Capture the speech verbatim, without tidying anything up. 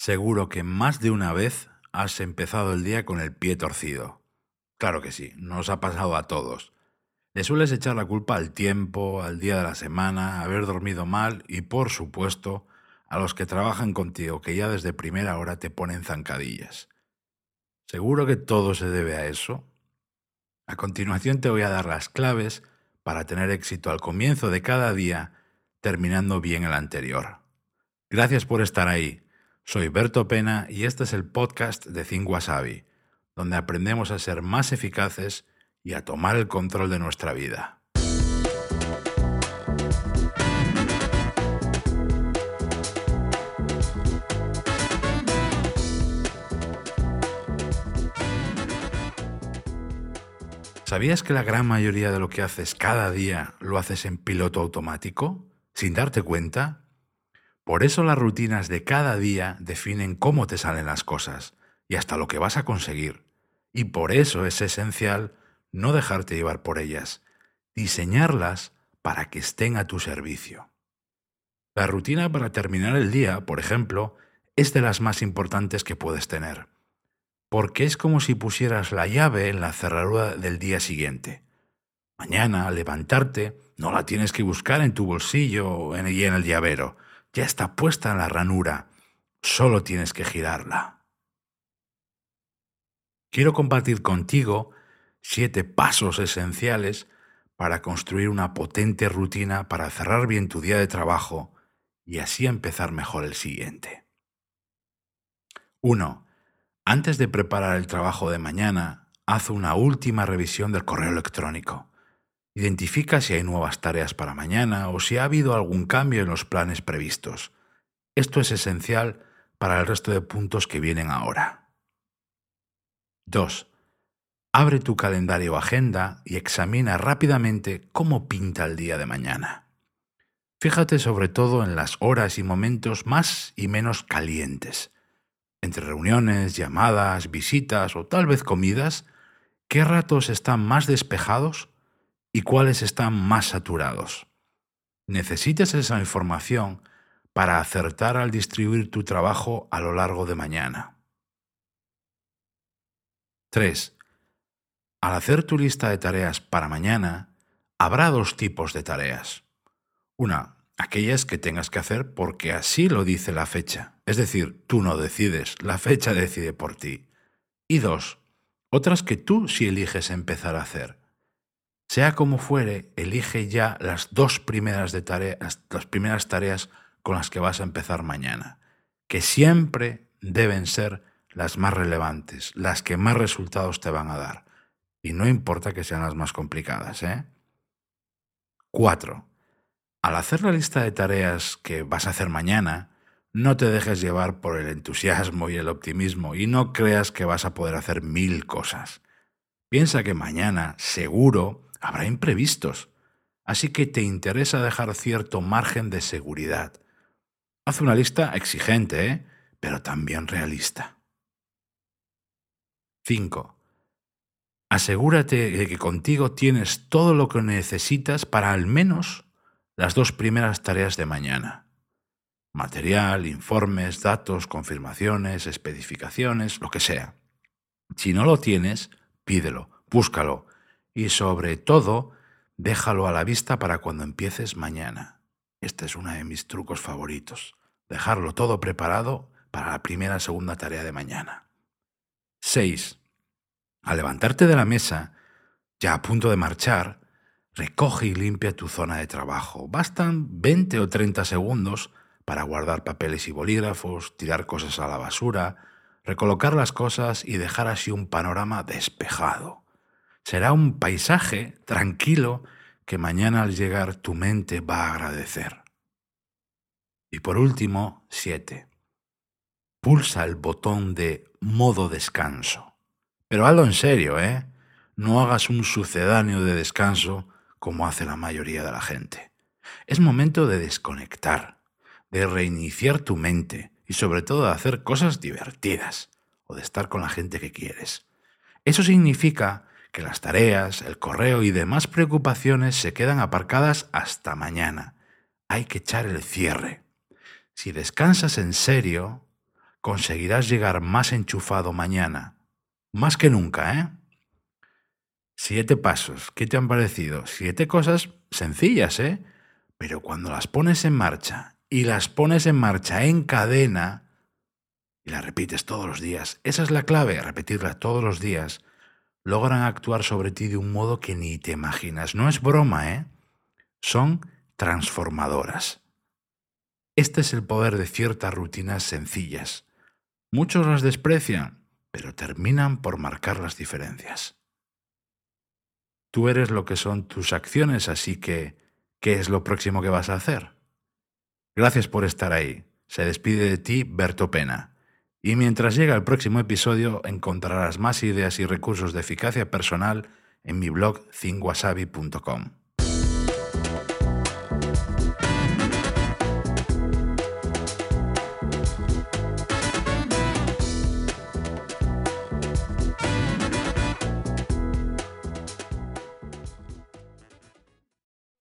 Seguro que más de una vez has empezado el día con el pie torcido. Claro que sí, nos ha pasado a todos. Le sueles echar la culpa al tiempo, al día de la semana, a haber dormido mal y, por supuesto, a los que trabajan contigo, que ya desde primera hora te ponen zancadillas. Seguro que todo se debe a eso. A continuación te voy a dar las claves para tener éxito al comienzo de cada día, terminando bien el anterior. Gracias por estar ahí. Soy Berto Pena y este es el podcast de Think Wasabi, donde aprendemos a ser más eficaces y a tomar el control de nuestra vida. ¿Sabías que la gran mayoría de lo que haces cada día lo haces en piloto automático, sin darte cuenta? Por eso las rutinas de cada día definen cómo te salen las cosas y hasta lo que vas a conseguir. Y por eso es esencial no dejarte llevar por ellas, diseñarlas para que estén a tu servicio. La rutina para terminar el día, por ejemplo, es de las más importantes que puedes tener, porque es como si pusieras la llave en la cerradura del día siguiente. Mañana, al levantarte, no la tienes que buscar en tu bolsillo y en el llavero. Ya está puesta en la ranura. Solo tienes que girarla. Quiero compartir contigo siete pasos esenciales para construir una potente rutina para cerrar bien tu día de trabajo y así empezar mejor el siguiente. uno. Antes de preparar el trabajo de mañana, haz una última revisión del correo electrónico. Identifica si hay nuevas tareas para mañana o si ha habido algún cambio en los planes previstos. Esto es esencial para el resto de puntos que vienen ahora. dos. Abre tu calendario o agenda y examina rápidamente cómo pinta el día de mañana. Fíjate sobre todo en las horas y momentos más y menos calientes. Entre reuniones, llamadas, visitas o tal vez comidas, ¿qué ratos están más despejados y cuáles están más saturados? Necesitas esa información para acertar al distribuir tu trabajo a lo largo de mañana. tres. Al hacer tu lista de tareas para mañana, habrá dos tipos de tareas. Una, aquellas que tengas que hacer porque así lo dice la fecha. Es decir, tú no decides, la fecha decide por ti. Y dos, otras que tú sí eliges empezar a hacer. Sea como fuere, elige ya las dos primeras, de tareas, las primeras tareas con las que vas a empezar mañana, que siempre deben ser las más relevantes, las que más resultados te van a dar. Y no importa que sean las más complicadas, ¿eh? cuatro. Al hacer la lista de tareas que vas a hacer mañana, no te dejes llevar por el entusiasmo y el optimismo y no creas que vas a poder hacer mil cosas. Piensa que mañana, seguro, habrá imprevistos, así que te interesa dejar cierto margen de seguridad. Haz una lista exigente, ¿eh? Pero también realista. cinco. Asegúrate de que contigo tienes todo lo que necesitas para al menos las dos primeras tareas de mañana. Material, informes, datos, confirmaciones, especificaciones, lo que sea. Si no lo tienes, pídelo, búscalo y sobre todo, déjalo a la vista para cuando empieces mañana. Este es uno de mis trucos favoritos. Dejarlo todo preparado para la primera o segunda tarea de mañana. seis. Al levantarte de la mesa, ya a punto de marchar, recoge y limpia tu zona de trabajo. Bastan veinte o treinta segundos para guardar papeles y bolígrafos, tirar cosas a la basura, recolocar las cosas y dejar así un panorama despejado. Será un paisaje tranquilo que mañana al llegar tu mente va a agradecer. Y por último, siete. Pulsa el botón de modo descanso. Pero hazlo en serio, ¿eh? No hagas un sucedáneo de descanso como hace la mayoría de la gente. Es momento de desconectar, de reiniciar tu mente y sobre todo de hacer cosas divertidas o de estar con la gente que quieres. Eso significa que las tareas, el correo y demás preocupaciones se quedan aparcadas hasta mañana. Hay que echar el cierre. Si descansas en serio, conseguirás llegar más enchufado mañana. Más que nunca, ¿eh? Siete pasos. ¿Qué te han parecido? Siete cosas sencillas, ¿eh? Pero cuando las pones en marcha y las pones en marcha en cadena y las repites todos los días, esa es la clave, repetirlas todos los días, logran actuar sobre ti de un modo que ni te imaginas. No es broma, ¿eh? Son transformadoras. Este es el poder de ciertas rutinas sencillas. Muchos las desprecian, pero terminan por marcar las diferencias. Tú eres lo que son tus acciones, así que, ¿qué es lo próximo que vas a hacer? Gracias por estar ahí. Se despide de ti Berto Pena. Y mientras llega el próximo episodio, encontrarás más ideas y recursos de eficacia personal en mi blog think wasabi punto com.